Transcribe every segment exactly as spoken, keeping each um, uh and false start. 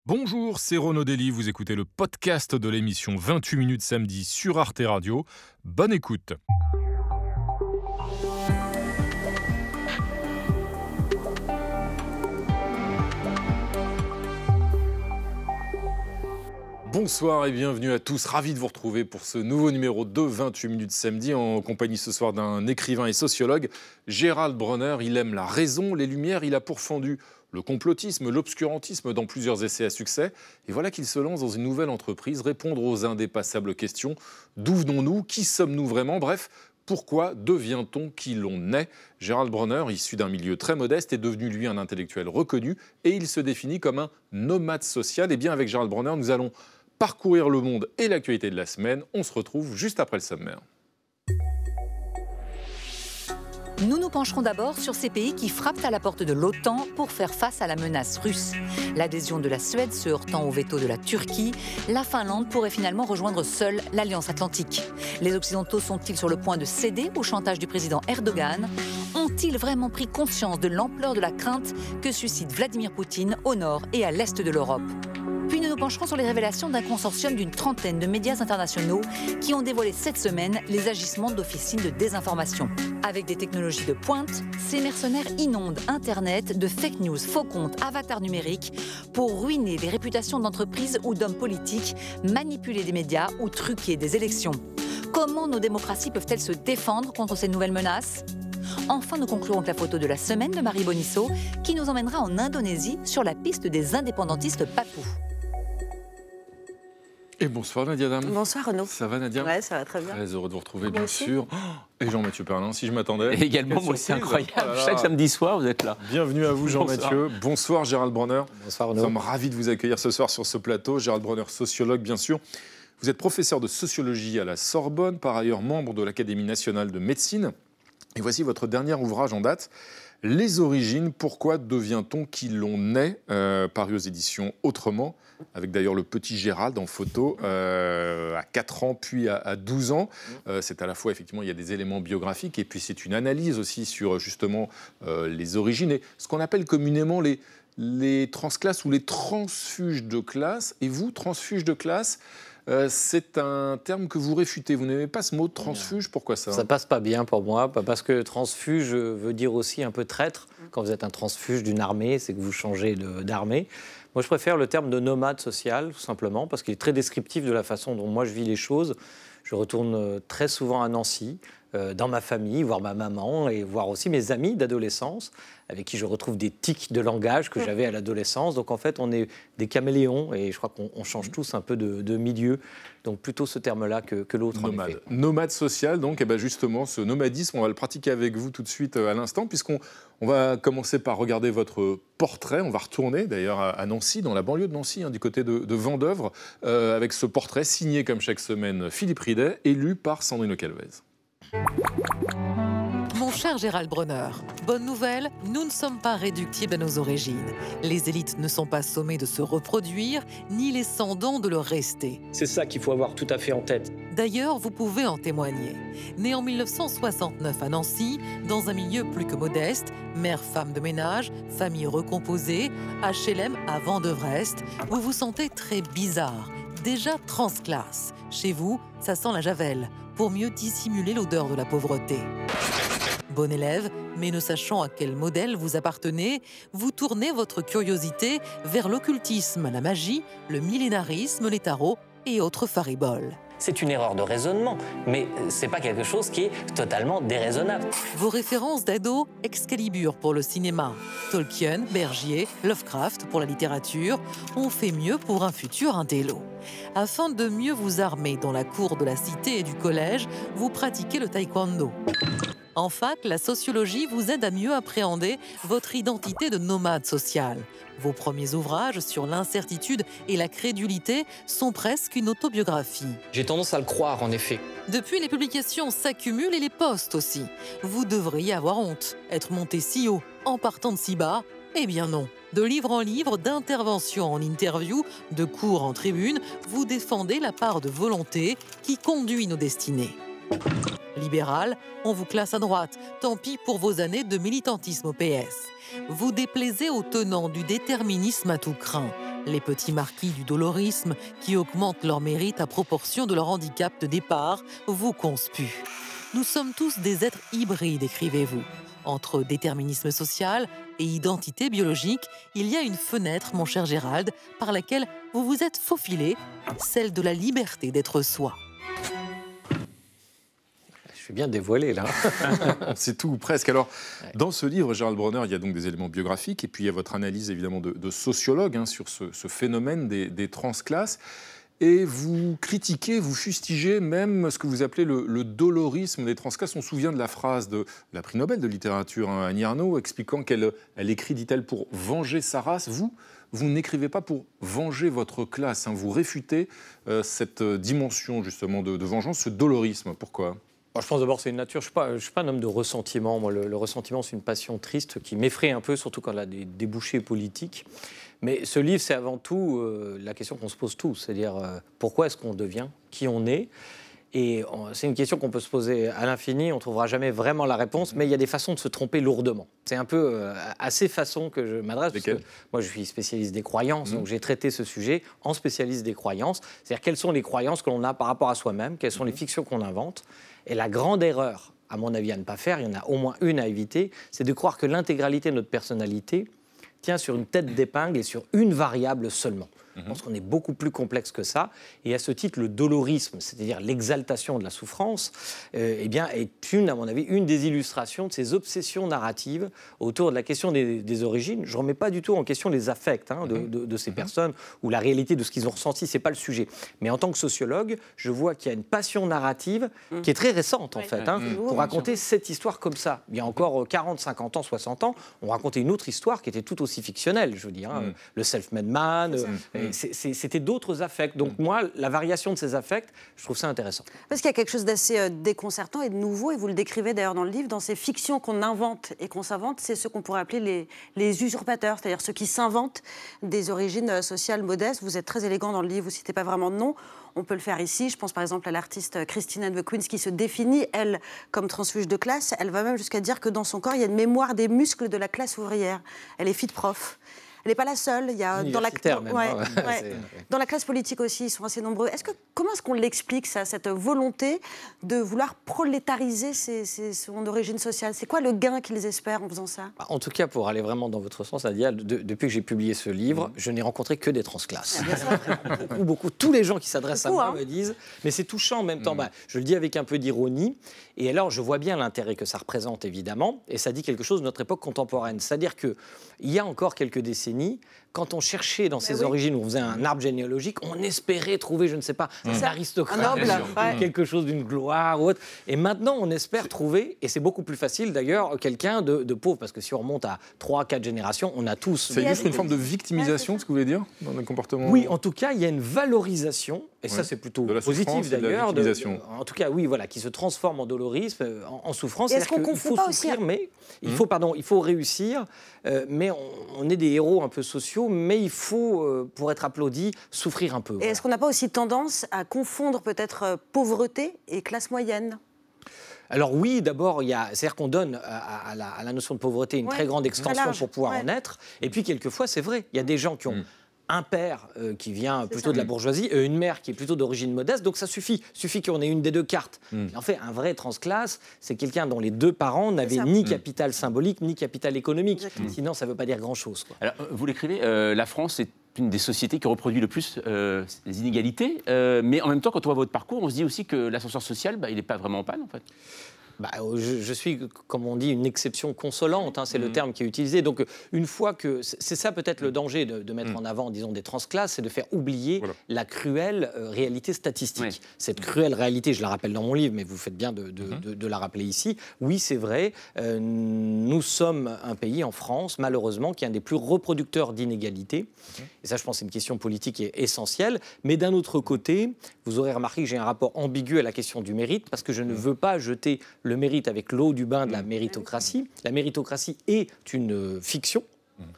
Bonjour, c'est Renaud Dely, vous écoutez le podcast de l'émission vingt-huit minutes samedi sur Arte Radio. Bonne écoute. Bonsoir et bienvenue à tous, ravi de vous retrouver pour ce nouveau numéro de vingt-huit minutes samedi en compagnie ce soir d'un écrivain et sociologue, Gérald Bronner. Il aime la raison, les lumières, il a pourfendu le complotisme, l'obscurantisme dans plusieurs essais à succès. Et voilà qu'il se lance dans une nouvelle entreprise, répondre aux indépassables questions. D'où venons-nous? Qui sommes-nous vraiment? Bref, pourquoi devient-on qui l'on est? Gérald Bronner, issu d'un milieu très modeste, est devenu lui un intellectuel reconnu et il se définit comme un nomade social. Et bien avec Gérald Bronner, nous allons parcourir le monde et l'actualité de la semaine. On se retrouve juste après le sommaire. Nous nous pencherons d'abord sur ces pays qui frappent à la porte de l'OTAN pour faire face à la menace russe. L'adhésion de la Suède se heurtant au veto de la Turquie, la Finlande pourrait finalement rejoindre seule l'Alliance Atlantique. Les Occidentaux sont-ils sur le point de céder au chantage du président Erdogan? Ont-ils vraiment pris conscience de l'ampleur de la crainte que suscite Vladimir Poutine au nord et à l'est de l'Europe? Puis nous nous pencherons sur les révélations d'un consortium d'une trentaine de médias internationaux qui ont dévoilé cette semaine les agissements d'officines de désinformation. Avec des technologies de pointe, ces mercenaires inondent Internet de fake news, faux comptes, avatars numériques pour ruiner les réputations d'entreprises ou d'hommes politiques, manipuler des médias ou truquer des élections. Comment nos démocraties peuvent-elles se défendre contre ces nouvelles menaces ? Enfin, nous conclurons avec la photo de la semaine de Marie Bonisso qui nous emmènera en Indonésie sur la piste des indépendantistes papous. Et bonsoir Nadia Dam. Bonsoir Renaud. Ça va Nadia? Ouais, ça va très bien. Très heureux de vous retrouver, Moi bien aussi. sûr. Oh, et Jean-Mathieu Perlin, si je m'attendais. Et également, Quelle moi, c'est surprise. incroyable. Oh là là. Chaque samedi soir, vous êtes là. Bienvenue à vous Jean-Mathieu. Bonsoir. Bonsoir Gérald Bronner. Bonsoir Nous Renaud. sommes ravis de vous accueillir ce soir sur ce plateau. Gérald Bronner, sociologue bien sûr. Vous êtes professeur de sociologie à la Sorbonne, par ailleurs membre de l'Académie nationale de médecine. Et voici votre dernier ouvrage en date, Les origines, pourquoi devient-on qui l'on est, euh, paru aux éditions Autrement, avec d'ailleurs le petit Gérald en photo, euh, à quatre ans puis à, à douze ans. Euh, c'est à la fois, effectivement, il y a des éléments biographiques et puis c'est une analyse aussi sur justement euh, les origines et ce qu'on appelle communément les, les transclasses ou les transfuges de classe. Et vous, transfuge de classe, Euh, c'est un terme que vous réfutez. Vous n'aimez pas ce mot transfuge, pourquoi ça? Ça passe pas bien pour moi, parce que transfuge veut dire aussi un peu traître. Quand vous êtes un transfuge d'une armée, c'est que vous changez de- d'armée. Moi, je préfère le terme de nomade social, tout simplement, parce qu'il est très descriptif de la façon dont moi je vis les choses. Je retourne très souvent à Nancy, euh, dans ma famille, voir ma maman et voir aussi mes amis d'adolescence, avec qui je retrouve des tics de langage que j'avais à l'adolescence. Donc en fait, on est des caméléons et je crois qu'on on change tous un peu de, de milieu. Donc plutôt ce terme-là que, que l'autre. en effet. Nomade. Nomade social, donc, et ben justement, ce nomadisme, on va le pratiquer avec vous tout de suite euh, à l'instant, puisqu'on on va commencer par regarder votre portrait. On va retourner d'ailleurs à, à Nancy, dans la banlieue de Nancy, hein, du côté de, de Vendeuvre, euh, avec ce portrait signé comme chaque semaine Philippe Ridet, élu par Sandrine Calvez. Mon cher Gérald Bronner, bonne nouvelle, nous ne sommes pas réductibles à nos origines. Les élites ne sont pas sommées de se reproduire, ni les sans-dons de le rester. C'est ça qu'il faut avoir tout à fait en tête. D'ailleurs, vous pouvez en témoigner. Né en mille neuf cent soixante-neuf à Nancy, dans un milieu plus que modeste, mère femme de ménage, famille recomposée, H L M à Vendeuvre-Est, vous vous sentez très bizarre, déjà transclasse. Chez vous, ça sent la javel, pour mieux dissimuler l'odeur de la pauvreté. Bon élève, mais ne sachant à quel modèle vous appartenez, vous tournez votre curiosité vers l'occultisme, la magie, le millénarisme, les tarots et autres fariboles. C'est une erreur de raisonnement, mais c'est pas quelque chose qui est totalement déraisonnable. Vos références d'ado, Excalibur pour le cinéma, Tolkien, Bergier, Lovecraft pour la littérature, ont fait mieux pour un futur intello. Afin de mieux vous armer dans la cour de la cité et du collège, vous pratiquez le taekwondo. En fac, la sociologie vous aide à mieux appréhender votre identité de nomade social. Vos premiers ouvrages sur l'incertitude et la crédulité sont presque une autobiographie. J'ai tendance à le croire, en effet. Depuis, les publications s'accumulent et les postes aussi. Vous devriez avoir honte, être monté si haut, en partant de si bas. Eh bien non. De livre en livre, d'intervention en interview, de cours en tribune, vous défendez la part de volonté qui conduit nos destinées. Libéral, on vous classe à droite, tant pis pour vos années de militantisme au P S. Vous déplaisez aux tenants du déterminisme à tout crin. Les petits marquis du dolorisme qui augmentent leur mérite à proportion de leur handicap de départ vous conspuent. Nous sommes tous des êtres hybrides, écrivez-vous. Entre déterminisme social et identité biologique, il y a une fenêtre, mon cher Gérald, par laquelle vous vous êtes faufilé, celle de la liberté d'être soi. Je suis bien dévoilé, là. C'est tout, ou presque. Alors, ouais. Dans ce livre, Gérald Bronner, il y a donc des éléments biographiques, et puis il y a votre analyse, évidemment, de, de sociologue hein, sur ce, ce phénomène des, des transclasses. Et vous critiquez, vous fustigez même ce que vous appelez le, le dolorisme des transclasses. On se souvient de la phrase de la prix Nobel de littérature, hein, Annie Ernaux, expliquant qu'elle elle écrit, dit-elle, pour venger sa race. Vous, vous n'écrivez pas pour venger votre classe. Hein. Vous réfutez euh, cette dimension, justement, de, de vengeance, ce dolorisme. Pourquoi ? Alors, je pense d'abord que c'est une nature. Je ne suis, suis pas un homme de ressentiment. Moi, le, le ressentiment, c'est une passion triste qui m'effraie un peu, surtout quand elle a des débouchés politiques. Mais ce livre, c'est avant tout euh, la question qu'on se pose tous, c'est-à-dire euh, pourquoi est-ce qu'on devient, qui on est. Et on, c'est une question qu'on peut se poser à l'infini, on ne trouvera jamais vraiment la réponse, mais il y a des façons de se tromper lourdement. C'est un peu euh, à ces façons que je m'adresse, parce que moi je suis spécialiste des croyances, mmh. donc j'ai traité ce sujet en spécialiste des croyances, c'est-à-dire quelles sont les croyances que l'on a par rapport à soi-même, quelles sont mmh. les fictions qu'on invente. Et la grande erreur, à mon avis, à ne pas faire, il y en a au moins une à éviter, c'est de croire que l'intégralité de notre personnalité tient sur une tête d'épingle et sur une variable seulement. Je pense qu'on est beaucoup plus complexe que ça. Et à ce titre, le dolorisme, c'est-à-dire l'exaltation de la souffrance, euh, eh bien, est une, à mon avis, une des illustrations de ces obsessions narratives autour de la question des, des origines. Je ne remets pas du tout en question les affects hein, de, de, de ces personnes ou la réalité de ce qu'ils ont ressenti. Ce n'est pas le sujet. Mais en tant que sociologue, je vois qu'il y a une passion narrative qui est très récente, en fait, hein, pour raconter cette histoire comme ça. Il y a encore quarante, cinquante ans, soixante ans, on racontait une autre histoire qui était tout aussi fictionnelle, je veux dire. Hein, le self-made man... C'est, c'est, c'était d'autres affects. Donc mmh. moi, la variation de ces affects, je trouve ça intéressant. Parce qu'il y a quelque chose d'assez euh, déconcertant et de nouveau, et vous le décrivez d'ailleurs dans le livre, dans ces fictions qu'on invente et qu'on s'invente, c'est ce qu'on pourrait appeler les, les usurpateurs, c'est-à-dire ceux qui s'inventent des origines euh, sociales modestes. Vous êtes très élégant dans le livre, vous ne citez pas vraiment de nom. On peut le faire ici. Je pense par exemple à l'artiste Christine Anne Queens qui se définit, elle, comme transfuge de classe. Elle va même jusqu'à dire que dans son corps, il y a une mémoire des muscles de la classe ouvrière. Elle est fille de prof. Elle n'est pas la seule. Il y a dans la, même, ouais, hein. ouais. dans la classe politique aussi, ils sont assez nombreux. Est-ce que, comment est-ce qu'on l'explique, ça, cette volonté de vouloir prolétariser ces, ces, son origine sociale ? C'est quoi le gain qu'ils espèrent en faisant ça ? En tout cas, pour aller vraiment dans votre sens, Nadia, de, depuis que j'ai publié ce livre, mmh. je n'ai rencontré que des transclasses. Ah, beaucoup, beaucoup. Tous les gens qui s'adressent beaucoup, à moi hein. me disent, mais c'est touchant en même temps. Mmh. Bah, je le dis avec un peu d'ironie. Et alors, je vois bien l'intérêt que ça représente, évidemment. Et ça dit quelque chose de notre époque contemporaine. C'est-à-dire qu'il y a encore quelques décennies, quand on cherchait dans ses oui. origines, on faisait un arbre généalogique, on espérait trouver, je ne sais pas, mmh. un aristocrate, un noble, ouais. quelque chose d'une gloire ou autre. Et maintenant, on espère trouver, et c'est beaucoup plus facile d'ailleurs, quelqu'un de, de pauvre, parce que si on remonte à trois, quatre générations, on a tous... C'est juste une forme de victimisation, ce que vous voulez dire, dans le comportement ? Oui, en tout cas, il y a une valorisation, et ouais. ça c'est plutôt positif d'ailleurs, de, de, en tout cas, oui, voilà, qui se transforme en dolorisme, en, en souffrance. Est-ce qu'on confond faut pas souffrir, aussi mais il mmh. faut, pardon, il faut réussir, euh, mais on, on est des héros un peu sociaux, mais il faut, euh, pour être applaudi, souffrir un peu. Et voilà. est-ce qu'on n'a pas aussi tendance à confondre peut-être euh, pauvreté et classe moyenne ? Alors oui, d'abord, il y a, c'est-à-dire qu'on donne à, à, la, à la notion de pauvreté une ouais, très grande extension très pour pouvoir ouais. en être. Et puis, quelquefois, c'est vrai, il y a des gens qui ont... Mmh. un père euh, qui vient plutôt ça. de la bourgeoisie, et une mère qui est plutôt d'origine modeste, donc ça suffit, suffit qu'on ait une des deux cartes. Mm. En fait, un vrai transclasse, c'est quelqu'un dont les deux parents n'avaient ni capital symbolique, ni capital économique. Mm. Sinon, ça ne veut pas dire grand-chose, quoi. Alors, vous l'écrivez, euh, la France est une des sociétés qui reproduit le plus euh, les inégalités, euh, mais en même temps, quand on voit votre parcours, on se dit aussi que l'ascenseur social, bah, il n'est pas vraiment en panne, en fait. Bah, je, je suis, comme on dit, une exception consolante, hein, c'est mmh. le terme qui est utilisé. Donc, une fois que... C'est ça peut-être le danger de, de mettre mmh. en avant, disons, des transclasses, c'est de faire oublier voilà. la cruelle euh, réalité statistique. Oui. Cette cruelle réalité, je la rappelle dans mon livre, mais vous faites bien de, de, mmh. de, de la rappeler ici. Oui, c'est vrai, euh, nous sommes un pays, en France, malheureusement, qui est un des plus reproducteurs d'inégalités. Mmh. Et ça, je pense, c'est une question politique qui est essentielle. Mais d'un autre côté, vous aurez remarqué que j'ai un rapport ambigu à la question du mérite, parce que je ne veux pas jeter le mérite avec l'eau du bain de la méritocratie. La méritocratie est une fiction.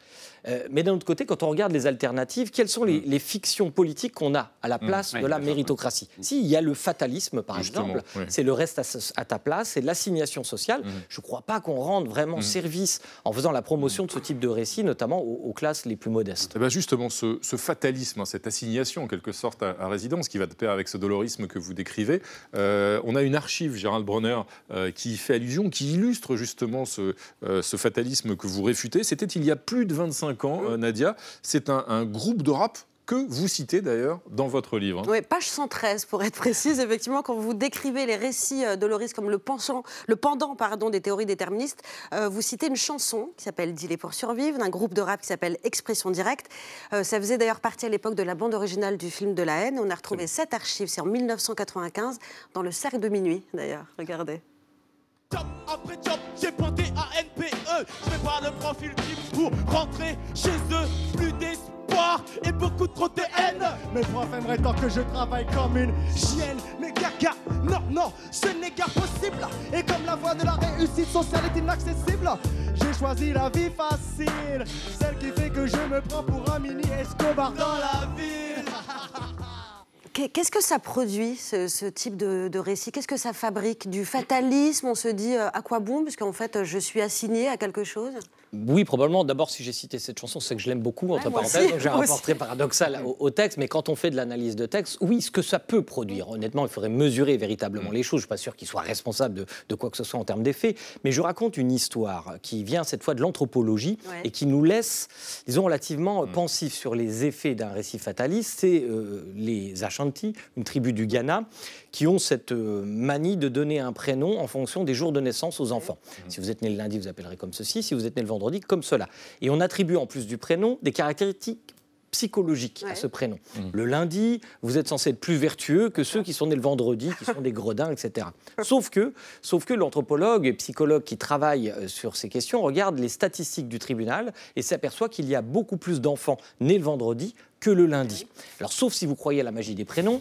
Euh, mais d'un autre côté, quand on regarde les alternatives, quelles sont les, les fictions politiques qu'on a à la place mmh. de ouais, la méritocratie? Si, il y a le fatalisme, par Justement, exemple, oui. c'est le reste à, à ta place, c'est l'assignation sociale. Mmh. Je ne crois pas qu'on rende vraiment mmh. service en faisant la promotion de ce type de récit, notamment aux, aux classes les plus modestes. Eh bien justement, ce, ce fatalisme, hein, cette assignation en quelque sorte à, à résidence, qui va de pair avec ce dolorisme que vous décrivez, euh, on a une archive, Gérald Bronner, euh, qui fait allusion, qui illustre justement ce, euh, ce fatalisme que vous réfutez. C'était il y a plus de vingt-cinq ans, euh, Nadia. C'est un, un groupe de rap que vous citez d'ailleurs dans votre livre. Hein. Oui, page cent treize pour être précise, effectivement, quand vous décrivez les récits de Loris comme le, pensant, le pendant pardon, des théories déterministes, euh, vous citez une chanson qui s'appelle « Dealer pour survivre », d'un groupe de rap qui s'appelle « Expression directe ». Euh, ça faisait d'ailleurs partie à l'époque de la bande originale du film de la haine. On a retrouvé cette archive, c'est en mille neuf cent quatre-vingt-quinze, dans le Cercle de minuit d'ailleurs. Regardez. Job après job, j'ai pointé à N P E. Je fais pas le profil type pour rentrer chez eux. Plus d'espoir et beaucoup trop de haine. Mes profs aimeraient tant que je travaille comme une chienne. Mais gaga, non, non, ce n'est pas possible. Et comme la voie de la réussite sociale est inaccessible, j'ai choisi la vie facile, celle qui fait que je me prends pour un mini Escobar dans la ville. Qu'est-ce que ça produit, ce, ce type de, de récit? Qu'est-ce que ça fabrique? Du fatalisme? On se dit euh, à quoi bon? Puisqu'en fait, je suis assigné à quelque chose. Oui, probablement. D'abord, si j'ai cité cette chanson, c'est que je l'aime beaucoup, entre ouais, parenthèses. Donc j'ai un aussi. portrait paradoxal au, au texte. Mais quand on fait de l'analyse de texte, oui, ce que ça peut produire. Honnêtement, il faudrait mesurer véritablement les choses. Je ne suis pas sûr qu'il soit responsable de, de quoi que ce soit en termes d'effets. Mais je raconte une histoire qui vient cette fois de l'anthropologie ouais. et qui nous laisse, disons, relativement pensifs sur les effets d'un récit fataliste. C'est euh, les Ashanti, une tribu du Ghana, qui ont cette euh, manie de donner un prénom en fonction des jours de naissance aux enfants. Mmh. Si vous êtes né le lundi, vous appellerez comme ceci. Si vous êtes né le vendredi, comme cela. Et on attribue en plus du prénom des caractéristiques psychologiques ouais. à ce prénom. Mmh. Le lundi, vous êtes censé être plus vertueux que ceux qui sont nés le vendredi, qui sont des gredins, et cetera. Sauf que, sauf que l'anthropologue et psychologue qui travaille sur ces questions regarde les statistiques du tribunal et s'aperçoit qu'il y a beaucoup plus d'enfants nés le vendredi que le lundi. Alors, sauf si vous croyez à la magie des prénoms,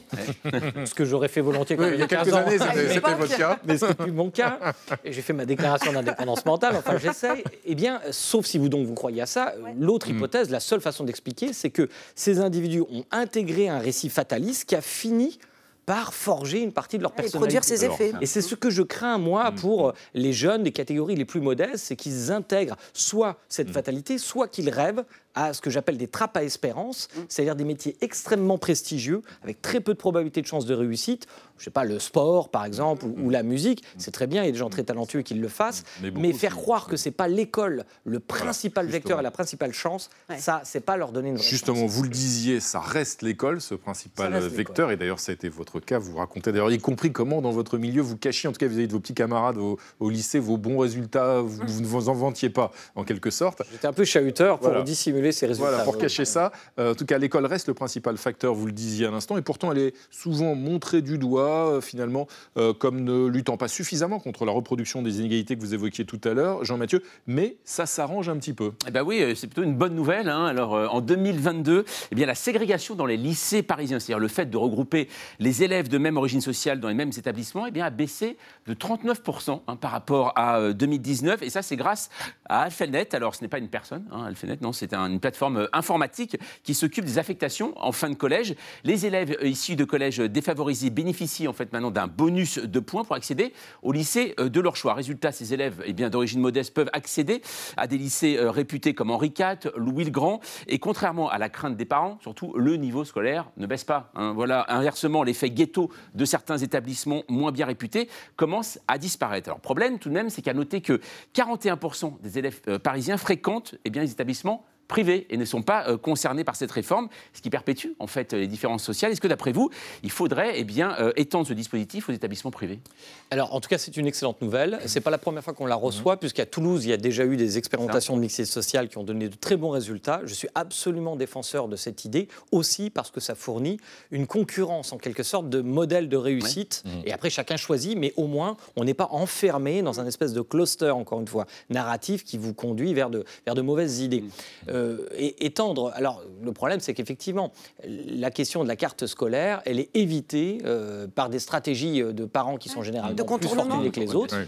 ce que j'aurais fait volontiers quand oui, même il y a quelques années, c'était, c'était votre cas. Mais ce n'est plus mon cas. Et j'ai fait ma déclaration d'indépendance mentale, enfin j'essaie. Eh bien, sauf si vous donc vous croyez à ça, ouais. l'autre mmh. hypothèse, la seule façon d'expliquer, c'est que ces individus ont intégré un récit fataliste qui a fini par forger une partie de leur personnalité. Et produire ses effets. Et c'est ce que je crains, moi, pour les jeunes des catégories les plus modestes, c'est qu'ils intègrent soit cette fatalité, soit qu'ils rêvent à ce que j'appelle des trappes à espérance, c'est-à-dire des métiers extrêmement prestigieux, avec très peu de probabilité de chance de réussite. Je ne sais pas, le sport, par exemple, ou, ou la musique, c'est très bien, il y a des gens très talentueux qui le fassent, mais, mais faire croire que ce n'est pas l'école le principal voilà, vecteur et la principale chance, ouais. ça, ce n'est pas leur donner une vraie Justement, chance. vous le disiez, ça reste l'école, ce principal vecteur, et d'ailleurs, ça a été votre cas, vous racontez d'ailleurs, y compris comment, dans votre milieu, vous cachiez, en tout cas vis-à-vis de vos petits camarades au, au lycée, vos bons résultats, vous, vous ne vous en vantiez pas, en quelque sorte. J'étais un peu chahuteur pour voilà. dissimuler ces résultats. Voilà, pour cacher ça. Euh, en tout cas, l'école reste le principal facteur, vous le disiez à l'instant, et pourtant, elle est souvent montrée du doigt, euh, finalement, euh, comme ne luttant pas suffisamment contre la reproduction des inégalités que vous évoquiez tout à l'heure, Jean-Mathieu, mais ça s'arrange un petit peu. Eh ben oui, c'est plutôt une bonne nouvelle. Hein. Alors, euh, en deux mille vingt-deux, eh bien, la ségrégation dans les lycées parisiens, c'est-à-dire le fait de regrouper les élèves de même origine sociale dans les mêmes établissements, eh bien, a baissé de trente-neuf pour cent hein, par rapport à euh, deux mille dix-neuf, et ça, c'est grâce à Alphanet. Alors, ce n'est pas une personne, hein, Alphanet, non, c'est un, une plateforme informatique qui s'occupe des affectations en fin de collège. Les élèves issus de collèges défavorisés bénéficient en fait maintenant d'un bonus de points pour accéder au lycée de leur choix. Résultat, ces élèves eh bien, d'origine modeste peuvent accéder à des lycées réputés comme Henri quatre, Louis le Grand, et contrairement à la crainte des parents, surtout le niveau scolaire ne baisse pas. Hein. Voilà, inversement, l'effet ghetto de certains établissements moins bien réputés commence à disparaître. Alors, problème tout de même, c'est qu'à noter que quarante et un pour cent des élèves euh, parisiens fréquentent eh bien, les établissements privés et ne sont pas euh, concernés par cette réforme, ce qui perpétue en fait les différences sociales. Est-ce que d'après vous, il faudrait eh bien, euh, étendre ce dispositif aux établissements privés ? Alors en tout cas, c'est une excellente nouvelle. C'est pas la première fois qu'on la reçoit, mmh. puisqu'à Toulouse, il y a déjà eu des expérimentations de mixité sociale qui ont donné de très bons résultats. Je suis absolument défenseur de cette idée, aussi parce que ça fournit une concurrence en quelque sorte de modèles de réussite. Ouais. Mmh. Et après, chacun choisit, mais au moins, on n'est pas enfermé dans un espèce de cluster, encore une fois, narratif qui vous conduit vers de, vers de mauvaises idées. Mmh. Euh, et étendre. Alors, le problème, c'est qu'effectivement, la question de la carte scolaire, elle est évitée euh, par des stratégies de parents qui sont généralement de plus fortunés que les autres. Oui.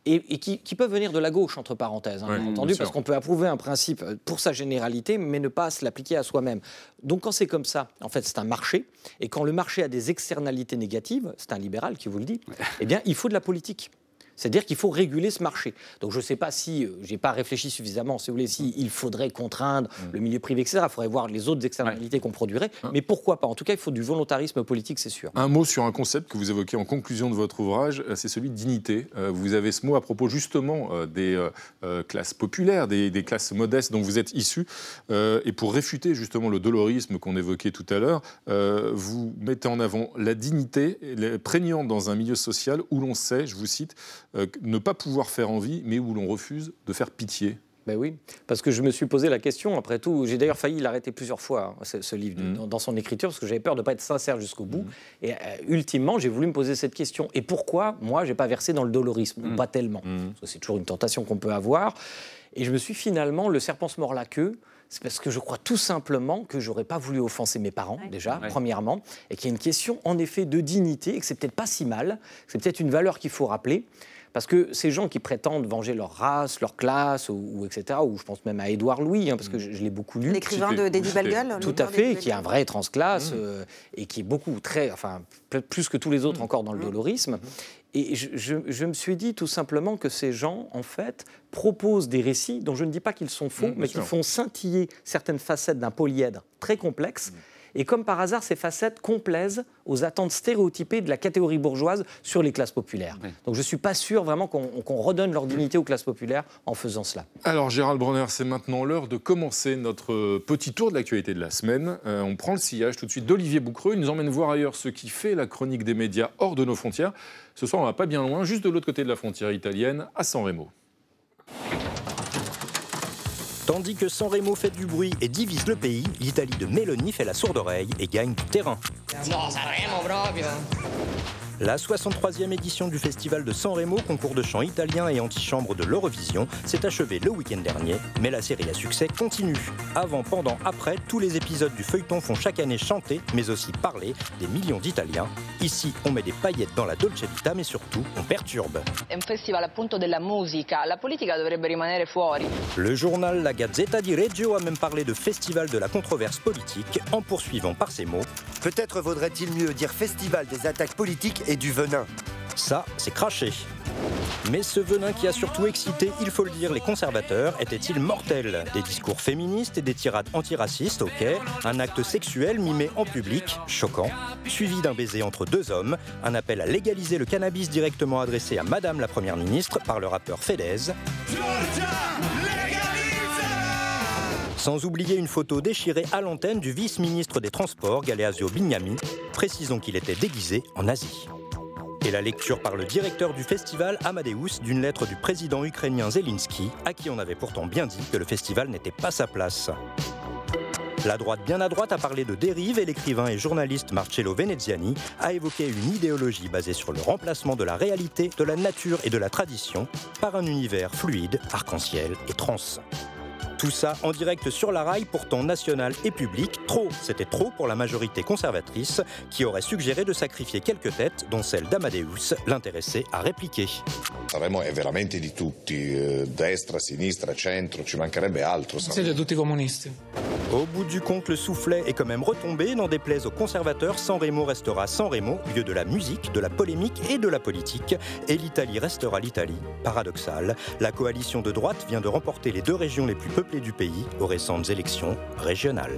et, et qui, qui peuvent venir de la gauche, entre parenthèses, hein, ouais, bien entendu, bien parce sûr. qu'on peut approuver un principe pour sa généralité, mais ne pas se l'appliquer à soi-même. Donc quand c'est comme ça, en fait, c'est un marché, et quand le marché a des externalités négatives, c'est un libéral qui vous le dit, eh bien, il faut de la politique. C'est-à-dire qu'il faut réguler ce marché. Donc je ne sais pas si, euh, je n'ai pas réfléchi suffisamment, si vous voulez, si il faudrait contraindre mmh. le milieu privé, et cetera. Il faudrait voir les autres externalités ouais. qu'on produirait. Hein. Mais pourquoi pas ? En tout cas, il faut du volontarisme politique, c'est sûr. Un mot sur un concept que vous évoquez en conclusion de votre ouvrage, c'est celui de dignité. Euh, vous avez ce mot à propos justement euh, des euh, classes populaires, des, des classes modestes dont vous êtes issus. Euh, et pour réfuter justement le dolorisme qu'on évoquait tout à l'heure, euh, vous mettez en avant la dignité prégnante dans un milieu social où l'on sait, je vous cite, Euh, ne pas pouvoir faire envie, mais où l'on refuse de faire pitié. Ben oui, parce que je me suis posé la question, après tout, j'ai d'ailleurs failli l'arrêter plusieurs fois, hein, ce, ce livre, mmh. dans, dans son écriture, parce que j'avais peur de ne pas être sincère jusqu'au bout. Mmh. Et euh, ultimement, j'ai voulu me poser cette question. Et pourquoi, moi, je n'ai pas versé dans le dolorisme, mmh. ou pas tellement mmh. Parce que c'est toujours une tentation qu'on peut avoir. Et je me suis finalement, le serpent se mord la queue, c'est parce que je crois tout simplement que je n'aurais pas voulu offenser mes parents, ouais. déjà, ouais. premièrement, et qu'il y a une question, en effet, de dignité, et que c'est peut-être pas si mal, que c'est peut-être une valeur qu'il faut rappeler. Parce que ces gens qui prétendent venger leur race, leur classe, ou, ou et cetera, ou je pense même à Édouard Louis, hein, parce que je, je l'ai beaucoup lu. L'écrivain de d'Eddie Bellegueule. Tout à fait, qui est un vrai transclasse, mmh. euh, et qui est beaucoup, très, enfin, plus que tous les autres mmh. encore dans le dolorisme. Mmh. Et je, je, je me suis dit tout simplement que ces gens, en fait, proposent des récits dont je ne dis pas qu'ils sont faux, mmh, mais qui font scintiller certaines facettes d'un polyèdre très complexe. Mmh. Et comme par hasard, ces facettes complaisent aux attentes stéréotypées de la catégorie bourgeoise sur les classes populaires. Oui. Donc je ne suis pas sûr vraiment qu'on, qu'on redonne leur dignité aux classes populaires en faisant cela. Alors Gérald Bronner, c'est maintenant l'heure de commencer notre petit tour de l'actualité de la semaine. Euh, on prend le sillage tout de suite d'Olivier Boucreux. Il nous emmène voir ailleurs ce qui fait la chronique des médias hors de nos frontières. Ce soir, on ne va pas bien loin, juste de l'autre côté de la frontière italienne, à San Remo. Tandis que San Remo fait du bruit et divise le pays, l'Italie de Meloni fait la sourde oreille et gagne du terrain. No, Sanremo proprio. La soixante-troisième édition du festival de San Remo, concours de chant italien et antichambre de l'Eurovision, s'est achevée le week-end dernier, mais la série à succès continue. Avant, pendant, après, tous les épisodes du feuilleton font chaque année chanter, mais aussi parler, des millions d'Italiens. Ici, on met des paillettes dans la Dolce Vita, mais surtout, on perturbe. È un festival appunto della musica, la politica dovrebbe rimanere fuori. Le journal La Gazzetta di Reggio a même parlé de festival de la controverse politique, en poursuivant par ces mots. Peut-être vaudrait-il mieux dire festival des attaques politiques et du venin. Ça, c'est craché. Mais ce venin qui a surtout excité, il faut le dire, les conservateurs, était-il mortel ? Des discours féministes et des tirades antiracistes, ok. Un acte sexuel mimé en public, choquant. Suivi d'un baiser entre deux hommes. Un appel à légaliser le cannabis directement adressé à Madame la Première ministre par le rappeur Fedez. Sans oublier une photo déchirée à l'antenne du vice-ministre des Transports, Galeazzo Bignami. Précisons qu'il était déguisé en Asie. Et la lecture par le directeur du festival, Amadeus, d'une lettre du président ukrainien Zelensky, à qui on avait pourtant bien dit que le festival n'était pas sa place. La droite bien à droite a parlé de dérive et l'écrivain et journaliste Marcello Veneziani a évoqué une idéologie basée sur le remplacement de la réalité, de la nature et de la tradition par un univers fluide, arc-en-ciel et trans. Tout ça en direct sur la rail, pourtant national et public. Trop, c'était trop pour la majorité conservatrice qui aurait suggéré de sacrifier quelques têtes, dont celle d'Amadeus, l'intéressé à répliquer. Sanremo è veramente di tutti, destra, sinistra, centro, ci mancherebbe altro. Siete tutti comunisti. Au bout du compte, le soufflet est quand même retombé. N'en déplaise aux conservateurs, San Remo restera San Remo, lieu de la musique, de la polémique et de la politique. Et l'Italie restera l'Italie. Paradoxal, la coalition de droite vient de remporter les deux régions les plus peuplées du pays aux récentes élections régionales.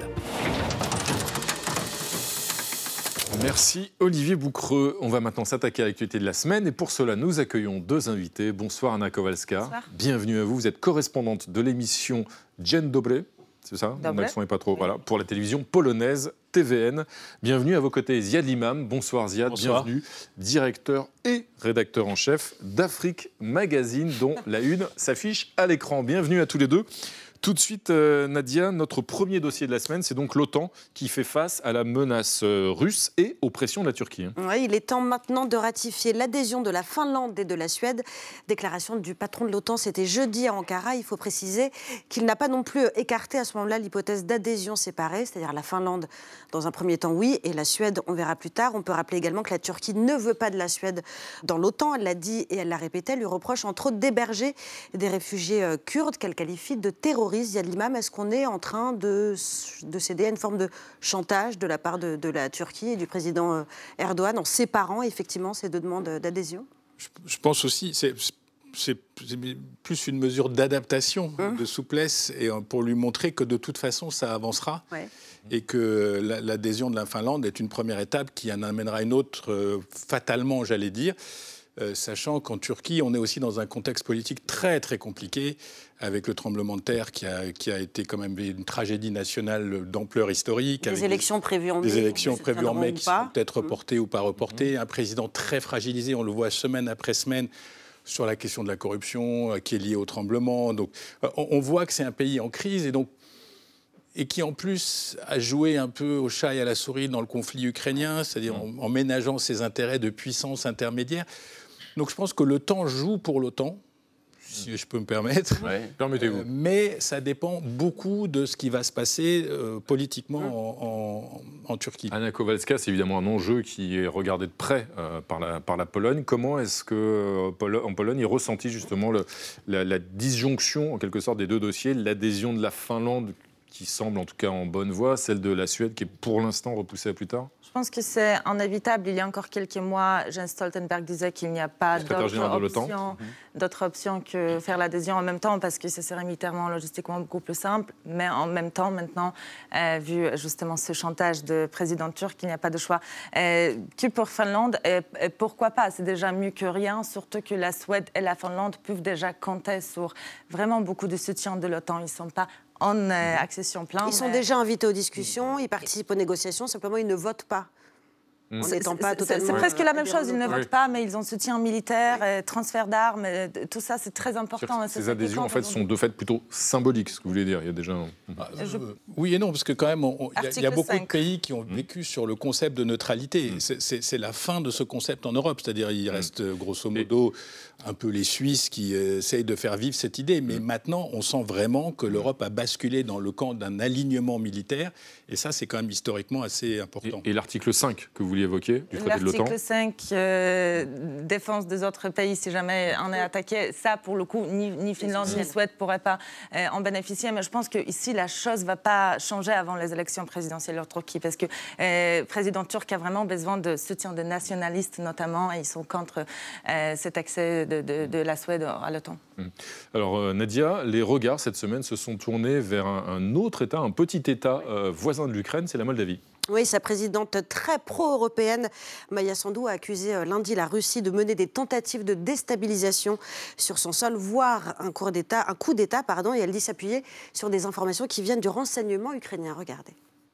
Merci Olivier Boucreux. On va maintenant s'attaquer à l'actualité de la semaine et pour cela nous accueillons deux invités. Bonsoir Anna Kowalska. Bonsoir. Bienvenue à vous. Vous êtes correspondante de l'émission Dzień dobry. C'est ça, mon accent n'est pas trop. Oui. Voilà, pour la télévision polonaise T V N. Bienvenue à vos côtés Ziad Limam. Bonsoir Ziad, Bonsoir. Bienvenue. Directeur et rédacteur en chef d'Afrique Magazine, dont la une s'affiche à l'écran. Bienvenue à tous les deux. Tout de suite, euh, Nadia, notre premier dossier de la semaine, c'est donc l'OTAN qui fait face à la menace euh, russe et aux pressions de la Turquie. Oui, il est temps maintenant de ratifier l'adhésion de la Finlande et de la Suède. Déclaration du patron de l'OTAN, c'était jeudi à Ankara. Il faut préciser qu'il n'a pas non plus écarté à ce moment-là l'hypothèse d'adhésion séparée, c'est-à-dire la Finlande dans un premier temps, oui, et la Suède, on verra plus tard. On peut rappeler également que la Turquie ne veut pas de la Suède dans l'OTAN. Elle l'a dit et elle l'a répété. Elle lui reproche entre autres d'héberger des réfugiés euh, kurdes qu'elle qualifie de terroristes. Ziad Limam, est-ce qu'on est en train de, de céder à une forme de chantage de la part de, de la Turquie et du président euh, Erdogan en séparant effectivement ces deux demandes d'adhésion ? je, je pense aussi, c'est, c'est, c'est plus une mesure d'adaptation, hum. de souplesse, et pour lui montrer que de toute façon ça avancera. Ouais. Et que l'adhésion de la Finlande est une première étape qui en amènera une autre, euh, fatalement, j'allais dire. Euh, sachant qu'en Turquie, on est aussi dans un contexte politique très, très compliqué, avec le tremblement de terre qui a, qui a été quand même une tragédie nationale d'ampleur historique. Des avec élections des, prévues en mai. Des élections prévues en mai qui pas. sont peut-être reportées mmh. ou pas reportées. Mmh. Un président très fragilisé, on le voit semaine après semaine, sur la question de la corruption euh, qui est liée au tremblement. Donc, euh, on, on voit que c'est un pays en crise, et donc et qui en plus a joué un peu au chat et à la souris dans le conflit ukrainien, c'est-à-dire mmh. en, en ménageant ses intérêts de puissance intermédiaire. Donc je pense que le temps joue pour l'OTAN, si je peux me permettre. Ouais, permettez-vous. Euh, mais ça dépend beaucoup de ce qui va se passer euh, politiquement mmh. en, en, en Turquie. Anna Kowalska, c'est évidemment un enjeu qui est regardé de près euh, par, la, par la Pologne. Comment est-ce qu'en euh, Pologne, il ressentit justement le, la, la disjonction, en quelque sorte, des deux dossiers, l'adhésion de la Finlande, qui semble en tout cas en bonne voie, celle de la Suède, qui est pour l'instant repoussée à plus tard ? Je pense que c'est inévitable. Il y a encore quelques mois, Jens Stoltenberg disait qu'il n'y a pas d'autre option, d'autre option que faire l'adhésion en même temps, parce que ce serait militairement, logistiquement beaucoup plus simple. Mais en même temps, maintenant, euh, vu justement ce chantage de président turc, il n'y a pas de choix. Euh, que pour Finlande, et, et pourquoi pas ? C'est déjà mieux que rien, surtout que la Suède et la Finlande peuvent déjà compter sur vraiment beaucoup de soutien de l'OTAN. Ils ne sont pas en euh, accession pleine. Ils sont mais... déjà invités aux discussions, ils participent aux négociations, simplement ils ne votent pas. Mmh. C'est, pas c'est, c'est presque la même chose, ils ne votent oui. pas, mais ils ont soutien militaire, oui. transfert d'armes, tout ça c'est très important. Ces adhésions en fait sont de fait plutôt symboliques, ce que vous voulez dire. Il y a déjà un... ah, Je... Oui et non, parce que quand même, il y, y a beaucoup cinq. De pays qui ont vécu mmh. sur le concept de neutralité. Mmh. C'est, c'est, c'est la fin de ce concept en Europe, c'est-à-dire il reste mmh. grosso modo un peu les Suisses qui euh, essayent de faire vivre cette idée, mais mmh. maintenant on sent vraiment que l'Europe a basculé dans le camp d'un alignement militaire, et ça c'est quand même historiquement assez important. Et, et l'article cinq que vous vouliez évoquer du traité de l'OTAN ? L'article cinq, euh, défense des autres pays si jamais on est attaqué, ça pour le coup, ni, ni Finlande ni Suède ne pourraient pas euh, en bénéficier, mais je pense qu'ici la chose ne va pas changer avant les élections présidentielles en Turquie, parce que le euh, président turc a vraiment besoin de soutien de nationalistes notamment, et ils sont contre euh, cet accès de, de, de la Suède à l'OTAN. Alors euh, Nadia, les regards cette semaine se sont tournés vers un, un autre État, un petit État euh, voisin de l'Ukraine, c'est la Moldavie. Oui, sa présidente très pro-européenne, Maia Sandu, a accusé lundi la Russie de mener des tentatives de déstabilisation sur son sol, voire un coup d'État, un coup d'État, pardon, et elle dit s'appuyer sur des informations qui viennent du renseignement ukrainien. Regardez.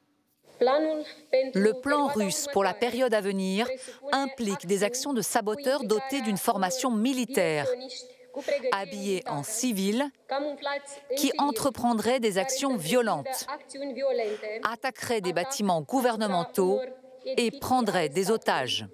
Le plan russe pour la période à venir implique des actions de saboteurs dotés d'une formation militaire, habillés en civil, qui entreprendraient des actions violentes, attaqueraient des bâtiments gouvernementaux et prendraient des otages.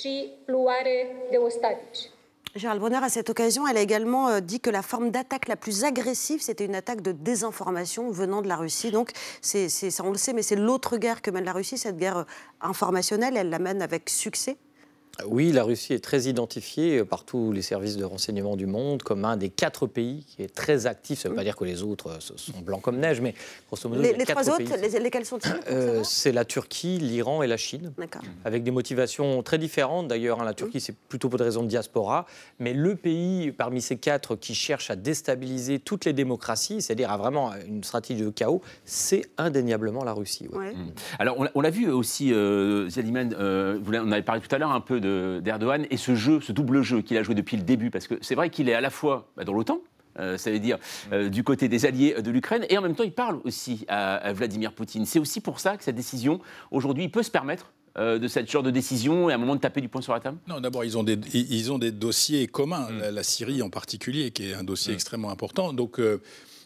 Gérald Bronner, à cette occasion, elle a également dit que la forme d'attaque la plus agressive, c'était une attaque de désinformation venant de la Russie. Donc, c'est, c'est, ça, on le sait, mais c'est l'autre guerre que mène la Russie, cette guerre informationnelle. Elle la mène avec succès. Oui, la Russie est très identifiée par tous les services de renseignement du monde comme un des quatre pays qui est très actif. Ça ne veut pas dire que les autres sont blancs comme neige, mais grosso modo, les, il y a les quatre trois pays. autres, les, lesquels sont-ils euh, C'est la Turquie, l'Iran et la Chine, D'accord. avec des motivations très différentes. D'ailleurs, hein, la Turquie, c'est plutôt pour des raisons de diaspora, mais le pays parmi ces quatre qui cherche à déstabiliser toutes les démocraties, c'est-à-dire à vraiment une stratégie de chaos, c'est indéniablement la Russie. Ouais. Ouais. Mmh. Alors, on, on l'a vu aussi, euh, Ziad Limam, euh, on avait parlé tout à l'heure un peu de, d'Erdogan, et ce jeu, ce double jeu qu'il a joué depuis le début, parce que c'est vrai qu'il est à la fois bah, dans l'OTAN, euh, ça veut dire euh, du côté des alliés de l'Ukraine, et en même temps il parle aussi à, à Vladimir Poutine. C'est aussi pour ça que cette décision, aujourd'hui, il peut se permettre euh, de cette genre de décision et à un moment de taper du poing sur la table ? Non, d'abord, ils ont des, ils ont des dossiers communs, mmh. la, la Syrie en particulier, qui est un dossier mmh. extrêmement important. Donc, euh,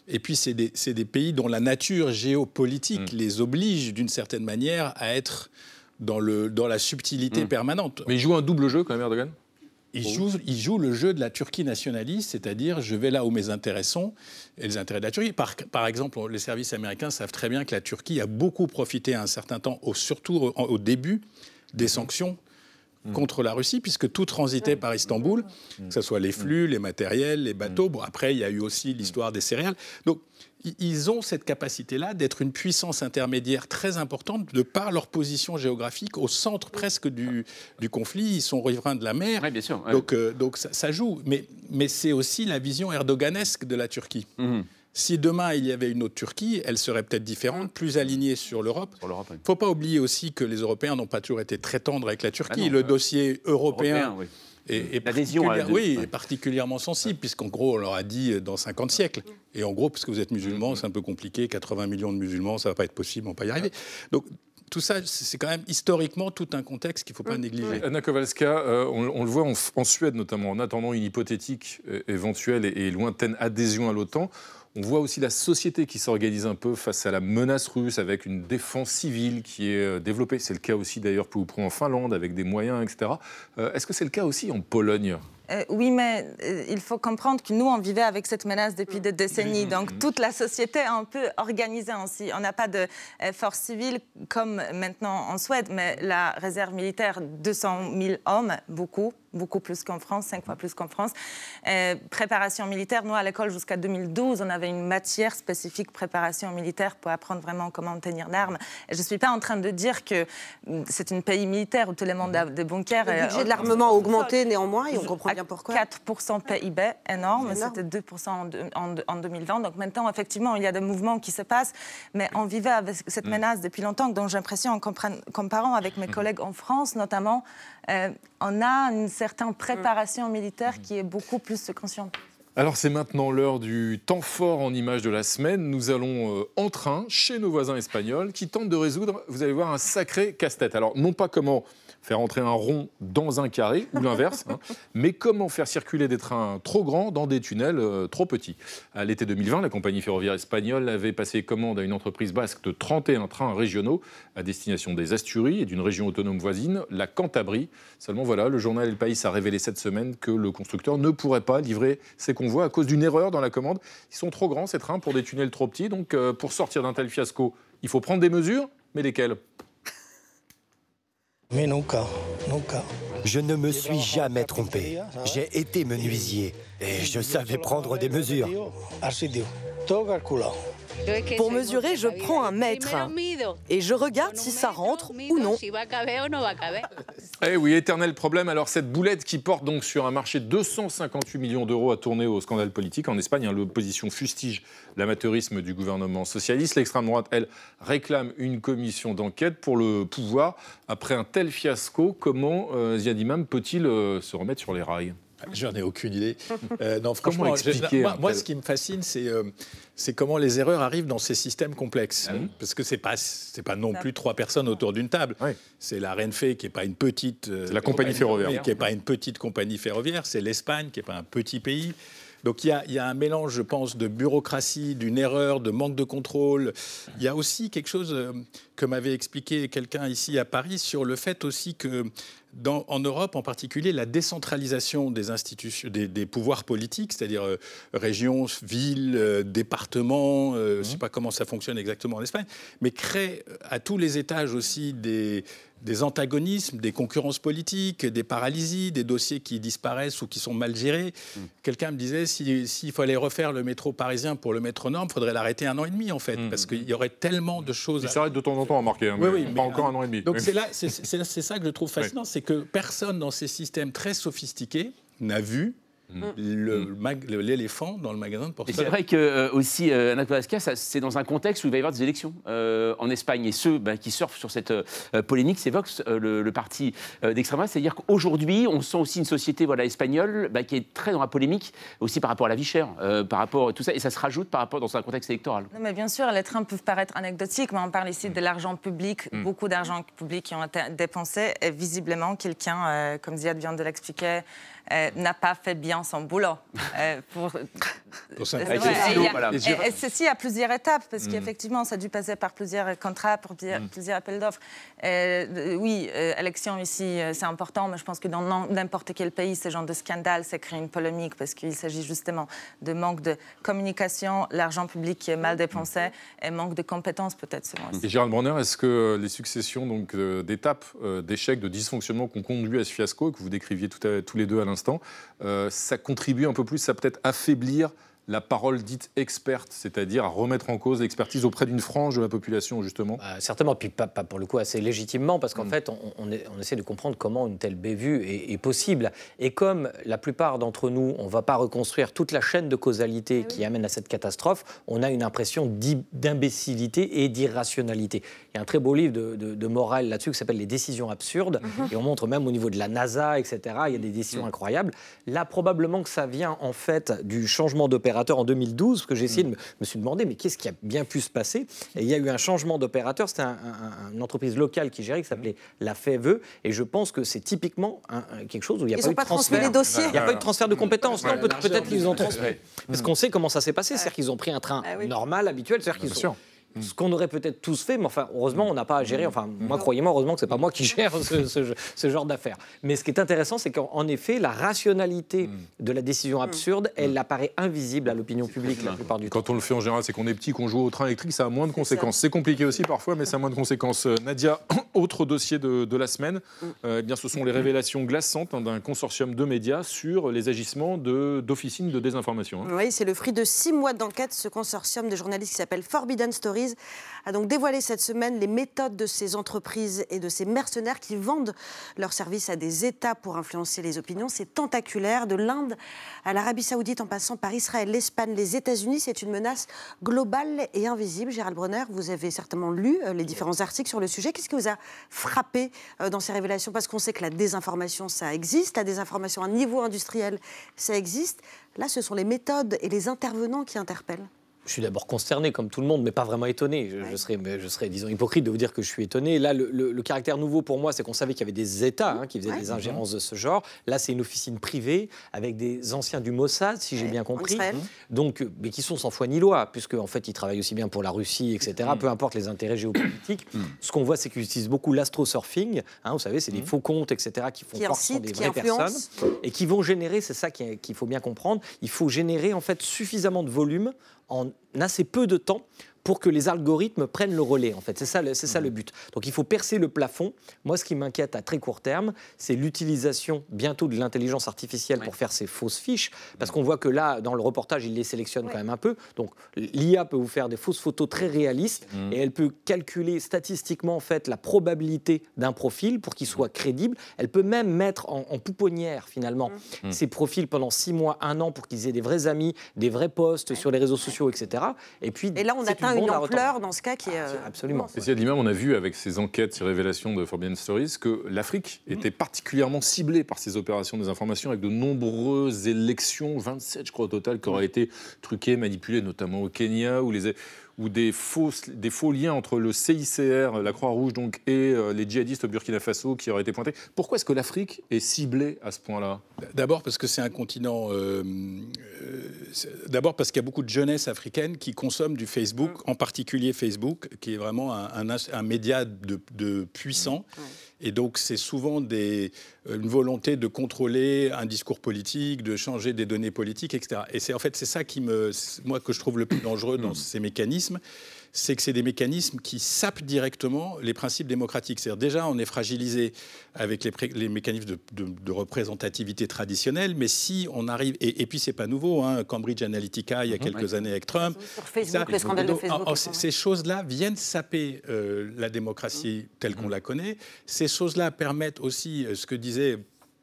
Et puis, c'est des, c'est des pays dont la nature géopolitique mmh. les oblige, d'une certaine manière, à être dans, le, dans la subtilité mmh. permanente. Mais il joue un double jeu, quand même, Erdogan ? Il joue, il joue le jeu de la Turquie nationaliste, c'est-à-dire je vais là où mes intérêts sont, et les intérêts de la Turquie. Par, par exemple, les services américains savent très bien que la Turquie a beaucoup profité à un certain temps, au, surtout au, au début, des sanctions mmh. contre la Russie, puisque tout transitait par Istanbul, mmh. que ce soit les flux, les matériels, les bateaux. Bon, après, il y a eu aussi l'histoire des céréales. Donc, ils ont cette capacité-là d'être une puissance intermédiaire très importante de par leur position géographique au centre presque du, du conflit. Ils sont riverains de la mer. Oui, bien sûr. Ouais. Donc, euh, donc ça, ça joue. Mais, mais c'est aussi la vision erdoganesque de la Turquie. Mmh. Si demain il y avait une autre Turquie, elle serait peut-être différente, plus alignée sur l'Europe. Il ne oui. faut pas oublier aussi que les Européens n'ont pas toujours été très tendres avec la Turquie. Ah non, Le euh, dossier européen... européen oui. Et, et, particulière, oui, ouais. et particulièrement sensible, ouais. puisqu'en gros, on leur a dit dans cinquante siècles. Et en gros, parce que vous êtes musulmans, c'est un peu compliqué, quatre-vingts millions de musulmans, ça ne va pas être possible, on ne va pas y arriver. Donc, tout ça, c'est quand même historiquement tout un contexte qu'il ne faut pas négliger. Anna Kowalska, euh, on, on le voit en, en Suède notamment, en attendant une hypothétique euh, éventuelle et, et lointaine adhésion à l'OTAN, on voit aussi la société qui s'organise un peu face à la menace russe avec une défense civile qui est développée. C'est le cas aussi d'ailleurs peu ou prou en Finlande avec des moyens, et cetera. Euh, est-ce que c'est le cas aussi en Pologne ? Euh, oui, mais euh, il faut comprendre que nous, on vivait avec cette menace depuis des décennies. Donc, toute la société est un peu organisée ainsi. On n'a pas de euh, force civile comme maintenant en Suède, mais la réserve militaire, deux cent mille hommes, beaucoup, beaucoup plus qu'en France, cinq fois plus qu'en France. Euh, préparation militaire, nous, à l'école, jusqu'à deux mille douze, on avait une matière spécifique préparation militaire pour apprendre vraiment comment tenir l'arme. Et je ne suis pas en train de dire que c'est un pays militaire où tout le monde a des bunkers. Le budget euh, de l'armement a augmenté néanmoins, et on comprend bien pourquoi. quatre pour cent P I B, énorme, énorme. C'était deux pour cent en, en, en deux mille vingt. Donc maintenant, effectivement, il y a des mouvements qui se passent, mais on vivait avec cette menace depuis longtemps. Donc j'ai l'impression, en comparant avec mes collègues en France notamment, euh, on a une certaine préparation militaire qui est beaucoup plus consciente. Alors c'est maintenant l'heure du temps fort en images de la semaine. Nous allons euh, en train chez nos voisins espagnols qui tentent de résoudre, vous allez voir, un sacré casse-tête. Alors non pas comment faire entrer un rond dans un carré, ou l'inverse, hein, mais comment faire circuler des trains trop grands dans des tunnels euh, trop petits. À l'été deux mille vingt, la compagnie ferroviaire espagnole avait passé commande à une entreprise basque de trente et un trains régionaux à destination des Asturies et d'une région autonome voisine, la Cantabrie. Seulement voilà, le journal El País a révélé cette semaine que le constructeur ne pourrait pas livrer ses convois à cause d'une erreur dans la commande. Ils sont trop grands, ces trains, pour des tunnels trop petits. Donc euh, pour sortir d'un tel fiasco, il faut prendre des mesures, mais lesquelles ? Mais nunca, nunca. Je ne me suis jamais trompé. J'ai été menuisier et je savais prendre des mesures. Pour mesurer, je prends un mètre et je regarde si ça rentre ou non. Eh oui, éternel problème. Alors cette boulette qui porte donc sur un marché deux cent cinquante-huit millions d'euros a tourné au scandale politique en Espagne. Hein, l'opposition fustige l'amateurisme du gouvernement socialiste. L'extrême droite, elle, réclame une commission d'enquête pour le pouvoir. Après un tel fiasco, comment euh, Ziad Imam peut-il euh, se remettre sur les rails ? J'en ai aucune idée. Euh, non, franchement, je, moi, moi, ce qui me fascine, c'est, euh, c'est comment les erreurs arrivent dans ces systèmes complexes. Ah oui. Parce que c'est pas, c'est pas non plus trois personnes autour d'une table. Oui. C'est la Renfe qui est pas une petite. Euh, c'est la compagnie ferroviaire. Qui est pas une petite compagnie ferroviaire. C'est l'Espagne qui est pas un petit pays. Donc il y a, il y a un mélange, je pense, de bureaucratie, d'une erreur, de manque de contrôle. Il y a aussi quelque chose euh, que m'avait expliqué quelqu'un ici à Paris sur le fait aussi que Dans, en Europe, en particulier, la décentralisation des institutions, des, des pouvoirs politiques, c'est-à-dire euh, régions, villes, euh, départements, euh, mmh. je ne sais pas comment ça fonctionne exactement en Espagne, mais crée à tous les étages aussi des, des antagonismes, des concurrences politiques, des paralysies, des dossiers qui disparaissent ou qui sont mal gérés. Mmh. Quelqu'un me disait, s'il si fallait refaire le métro parisien pour le mettre aux normes, il faudrait l'arrêter un an et demi, en fait, mmh. parce qu'il y aurait tellement de choses... Il à... s'arrête de temps en temps à marquer, hein, oui, mais, oui, mais pas encore un an et demi. Donc oui. c'est, là, c'est, c'est, c'est ça que je trouve fascinant, oui. c'est que personne dans ces systèmes très sophistiqués n'a vu Le, mag, l'éléphant dans le magasin de porcelaine. C'est vrai que euh, aussi, euh, Anna Kowalska, c'est dans un contexte où il va y avoir des élections euh, en Espagne. Et ceux bah, qui surfent sur cette euh, polémique, c'est Vox, euh, le, le parti euh, d'extrême droite. C'est-à-dire qu'aujourd'hui, on sent aussi une société voilà, espagnole bah, qui est très dans la polémique, aussi par rapport à la vie chère, euh, par rapport à tout ça. Et ça se rajoute par rapport dans un contexte électoral. Non, mais bien sûr, les trains peuvent paraître anecdotiques, mais on parle ici de l'argent public, mm. beaucoup d'argent public qui ont été dépensés. Et visiblement, quelqu'un, euh, comme Ziad vient de l'expliquer, Euh, n'a pas fait bien son boulot. Euh, pour Et ceci à plusieurs étapes, parce mmh. qu'effectivement, ça a dû passer par plusieurs contrats, par plusieurs, mmh. plusieurs appels d'offres. Euh, oui, euh, élection ici, c'est important, mais je pense que dans n'importe quel pays, ce genre de scandale, ça crée une polémique, parce qu'il s'agit justement de manque de communication, l'argent public qui est mal dépensé, et manque de compétences peut-être selon aussi. Et Gérald Bronner, est-ce que les successions donc, euh, d'étapes, euh, d'échecs, de dysfonctionnements qui ont conduit à ce fiasco, que vous décriviez tout à, tous les deux à l'instant, euh, ça contribue un peu plus à peut-être affaiblir la parole dite experte, c'est-à-dire à remettre en cause l'expertise auprès d'une frange de la population, justement? euh, Certainement, puis pas, pas pour le coup assez légitimement, parce qu'en mmh. fait, on, on, est, on essaie de comprendre comment une telle bévue est, est possible. Et comme la plupart d'entre nous, on ne va pas reconstruire toute la chaîne de causalité oui. qui amène à cette catastrophe, on a une impression d'imbécilité et d'irrationalité. Il y a un très beau livre de, de, de morale là-dessus qui s'appelle « Les décisions absurdes mmh. », et on montre même au niveau de la NASA, et cetera, il y a des décisions mmh. incroyables. Là, probablement que ça vient en fait du changement d'opérateur en deux mille douze, parce que j'ai essayé de me, me suis demandé mais qu'est-ce qui a bien pu se passer, et il y a eu un changement d'opérateur. C'était un, un, une entreprise locale qui gérait, qui s'appelait la F E V E, et je pense que c'est typiquement un, un, quelque chose où il n'y a ils pas eu de pas transfert. Les dossiers. Il n'y a pas eu de transfert de compétences. Ouais, non, peut-être, peut-être qu'ils ont transféré. Parce qu'on sait comment ça s'est passé, ouais. c'est-à-dire qu'ils ont pris un train ah, oui. normal, habituel, c'est-à-dire qu'ils sont... Ce qu'on aurait peut-être tous fait, mais enfin, heureusement, on n'a pas à gérer. Enfin, moi, croyez-moi, heureusement que ce n'est pas moi qui gère ce, ce, ce genre d'affaires. Mais ce qui est intéressant, c'est qu'en effet, la rationalité de la décision absurde, elle apparaît invisible à l'opinion publique la plupart du temps. Quand on le fait en général, c'est qu'on est petit, qu'on joue au train électrique, ça a moins de conséquences. C'est compliqué aussi parfois, mais ça a moins de conséquences. Nadia, autre dossier de, de la semaine, euh, eh bien, ce sont les révélations glaçantes hein, d'un consortium de médias sur les agissements de, d'officines de désinformation. Hein. Oui, c'est le fruit de six mois d'enquête. Ce consortium de journalistes qui s'appelle Forbidden Stories a donc dévoilé cette semaine les méthodes de ces entreprises et de ces mercenaires qui vendent leurs services à des États pour influencer les opinions. C'est tentaculaire, de l'Inde à l'Arabie Saoudite en passant par Israël, l'Espagne, les États-Unis. C'est une menace globale et invisible. Gérald Bronner, vous avez certainement lu les différents articles sur le sujet. Qu'est-ce qui vous a frappé dans ces révélations? Parce qu'on sait que la désinformation, ça existe. La désinformation à niveau industriel, ça existe. Là, ce sont les méthodes et les intervenants qui interpellent. Je suis d'abord consterné, comme tout le monde, mais pas vraiment étonné. Je, ouais. je, serais, je serais, disons, hypocrite de vous dire que je suis étonné. Là, le, le, le caractère nouveau pour moi, c'est qu'on savait qu'il y avait des États hein, qui faisaient ouais. des ingérences de ce genre. Là, c'est une officine privée avec des anciens du Mossad, si ouais. j'ai bien compris. Donc, mais qui sont sans foi ni loi, puisque en fait, ils travaillent aussi bien pour la Russie, et cetera. Mmh. Peu importe les intérêts géopolitiques. Mmh. Ce qu'on voit, c'est qu'ils utilisent beaucoup l'astrosurfing. Hein, vous savez, c'est mmh. des faux comptes, et cetera, qui font croire que ce sont des vraies influence. personnes et qui vont générer. C'est ça qu'il faut bien comprendre. Il faut générer en fait suffisamment de volume en assez peu de temps pour que les algorithmes prennent le relais, en fait. C'est ça, c'est ça le but. Donc il faut percer le plafond. Moi, ce qui m'inquiète à très court terme, c'est l'utilisation bientôt de l'intelligence artificielle ouais. pour faire ces fausses fiches, parce qu'on voit que là, dans le reportage, ils les sélectionnent ouais. quand même un peu. Donc l'I A peut vous faire des fausses photos très réalistes mmh. et elle peut calculer statistiquement, en fait, la probabilité d'un profil pour qu'il soit crédible. Elle peut même mettre en, en pouponnière, finalement, mmh. ces profils pendant six mois, un an, pour qu'ils aient des vrais amis, des vrais posts ouais. sur les réseaux sociaux, et cetera. Et puis, et là, on atteint une ampleur dans ce cas qui est... Euh, Absolument. Et Ziad Limam, on a vu avec ces enquêtes, ces révélations de Forbidden Stories que l'Afrique mmh. était particulièrement ciblée par ces opérations de désinformation avec de nombreuses élections, vingt-sept je crois au total, qui auraient été truquées, manipulées, notamment au Kenya, où les... ou des faux, des faux liens entre le C I C R, la Croix-Rouge donc, et euh, les djihadistes au Burkina Faso qui auraient été pointés. Pourquoi est-ce que l'Afrique est ciblée à ce point-là? D'abord parce que c'est un continent... Euh, euh, d'abord parce qu'il y a beaucoup de jeunesse africaine qui consomme du Facebook, mmh. en particulier Facebook, qui est vraiment un, un, un média de, de puissant. Mmh. Et donc, c'est souvent des, une volonté de contrôler un discours politique, de changer des données politiques, et cetera. Et c'est en fait c'est ça qui me, moi, que je trouve le plus dangereux dans ces mécanismes, c'est que c'est des mécanismes qui sapent directement les principes démocratiques. C'est-à-dire déjà, on est fragilisé avec les, pré- les mécanismes de, de, de représentativité traditionnelle, mais si on arrive... Et, et puis, c'est pas nouveau, hein, Cambridge Analytica, il y a quelques oui. années avec Trump. Sur Facebook, ça, le scandale de Facebook. Alors, ces choses-là viennent saper euh, la démocratie mmh. telle qu'on mmh. la connaît. Ces choses-là permettent aussi, euh, ce que disait...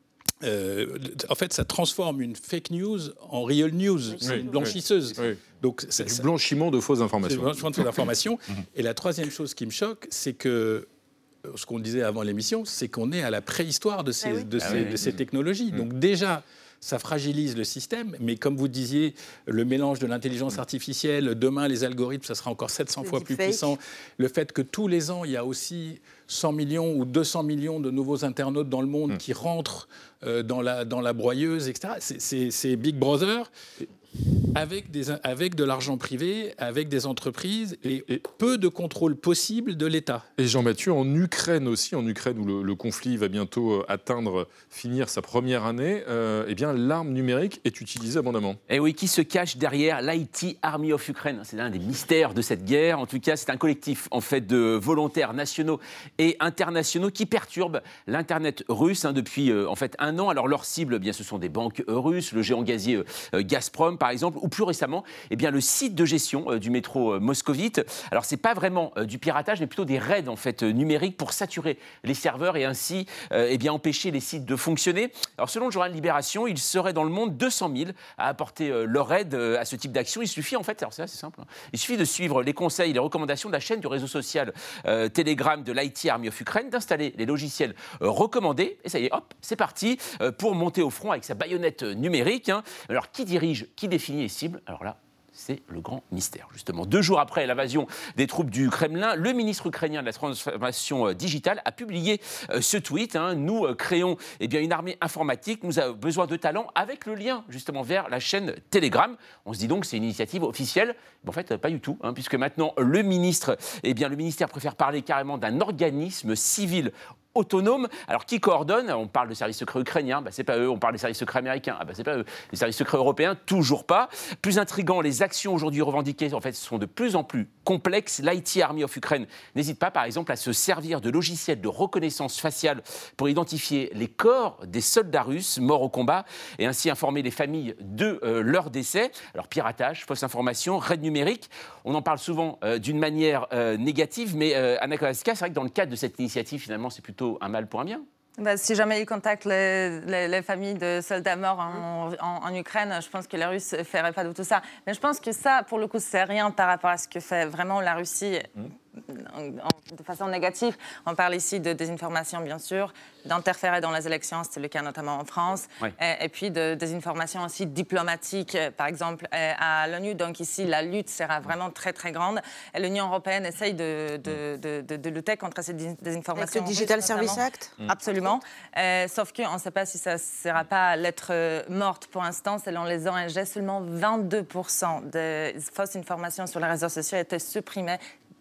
Euh, en fait, ça transforme une fake news en real news. Oui, c'est une blanchisseuse. Oui, oui. Donc, c'est du blanchiment de fausses informations. C'est du blanchiment de fausses informations. Et la troisième chose qui me choque, c'est que ce qu'on disait avant l'émission, c'est qu'on est à la préhistoire de ces, ah oui. de ces, ah oui. de ces technologies. Donc déjà, ça fragilise le système, mais comme vous disiez, le mélange de l'intelligence artificielle, demain les algorithmes, ça sera encore sept cents fois plus puissant. Le fait que tous les ans, il y a aussi cent millions ou deux cents millions de nouveaux internautes dans le monde mmh. qui rentrent euh, dans, la, dans la broyeuse, et cetera. C'est, c'est, c'est Big Brother. avec, des, avec de l'argent privé, avec des entreprises et, et peu de contrôle possible de l'État. Et Jean-Mathieu, en Ukraine aussi, en Ukraine où le, le conflit va bientôt atteindre, finir sa première année, euh, eh bien l'arme numérique est utilisée abondamment. Et oui, qui se cache derrière l'I T Army of Ukraine? C'est l'un des mystères de cette guerre. En tout cas, c'est un collectif en fait de volontaires nationaux et internationaux qui perturbent l'internet russe hein, depuis euh, en fait un an. Alors leur cible, eh bien, ce sont des banques russes, le géant gazier euh, Gazprom par exemple, ou plus récemment, eh bien, le site de gestion euh, du métro euh, moscovite. Alors, ce n'est pas vraiment euh, du piratage, mais plutôt des raids en fait, euh, numériques pour saturer les serveurs et ainsi euh, eh bien, empêcher les sites de fonctionner. Alors, selon le journal Libération, il serait dans le monde deux cent mille à apporter euh, leur aide euh, à ce type d'action. Il suffit en fait, alors c'est assez simple, hein, il suffit de suivre les conseils, les recommandations de la chaîne du réseau social euh, Telegram de l'I T Army of Ukraine, d'installer les logiciels euh, recommandés. Et ça y est, hop, c'est parti euh, pour monter au front avec sa baïonnette euh, numérique. Hein. Alors, qui dirige, qui définit les cibles? Alors là, c'est le grand mystère, justement. Deux jours après l'invasion des troupes du Kremlin, le ministre ukrainien de la transformation digitale a publié euh, ce tweet. Hein, nous euh, créons eh bien, une armée informatique, nous avons besoin de talents, avec le lien, justement, vers la chaîne Telegram. On se dit donc que c'est une initiative officielle. Mais en fait, pas du tout, hein, puisque maintenant, le ministre, eh bien, le ministère préfère parler carrément d'un organisme civil autonome. Alors, qui coordonne? On parle de services secrets ukrainiens, bah, c'est pas eux. On parle des services secrets américains, ah, bah, c'est pas eux. Les services secrets européens, toujours pas. Plus intriguant, les actions aujourd'hui revendiquées, en fait, sont de plus en plus complexes. L'I T Army of Ukraine n'hésite pas, par exemple, à se servir de logiciels de reconnaissance faciale pour identifier les corps des soldats russes morts au combat et ainsi informer les familles de euh, leur décès. Alors, piratage, fausse information, raid numérique. On en parle souvent euh, d'une manière euh, négative, mais euh, Anna Kowalska, c'est vrai que dans le cadre de cette initiative, finalement, c'est plutôt un mal pour un bien. Bah, si jamais ils contactent les, les, les familles de soldats morts en, en, en Ukraine, je pense que la Russie ne ferait pas de tout ça. Mais je pense que ça, pour le coup, c'est rien par rapport à ce que fait vraiment la Russie mmh. en, en, de façon négative. On parle ici de désinformation, bien sûr, d'interférer dans les élections, c'était le cas notamment en France, oui. et, et puis de désinformation aussi diplomatique, par exemple, à l'ONU. Donc ici, la lutte sera vraiment très, très grande. Et l'Union européenne essaye de, de, de, de, de lutter contre cette désinformation. Avec le Digital Service Act ? Absolument. Euh, sauf qu'on ne sait pas si ça ne sera pas lettre morte pour l'instant. Selon les O N G, seulement vingt-deux pour cent de fausses informations sur les réseaux sociaux étaient supprimées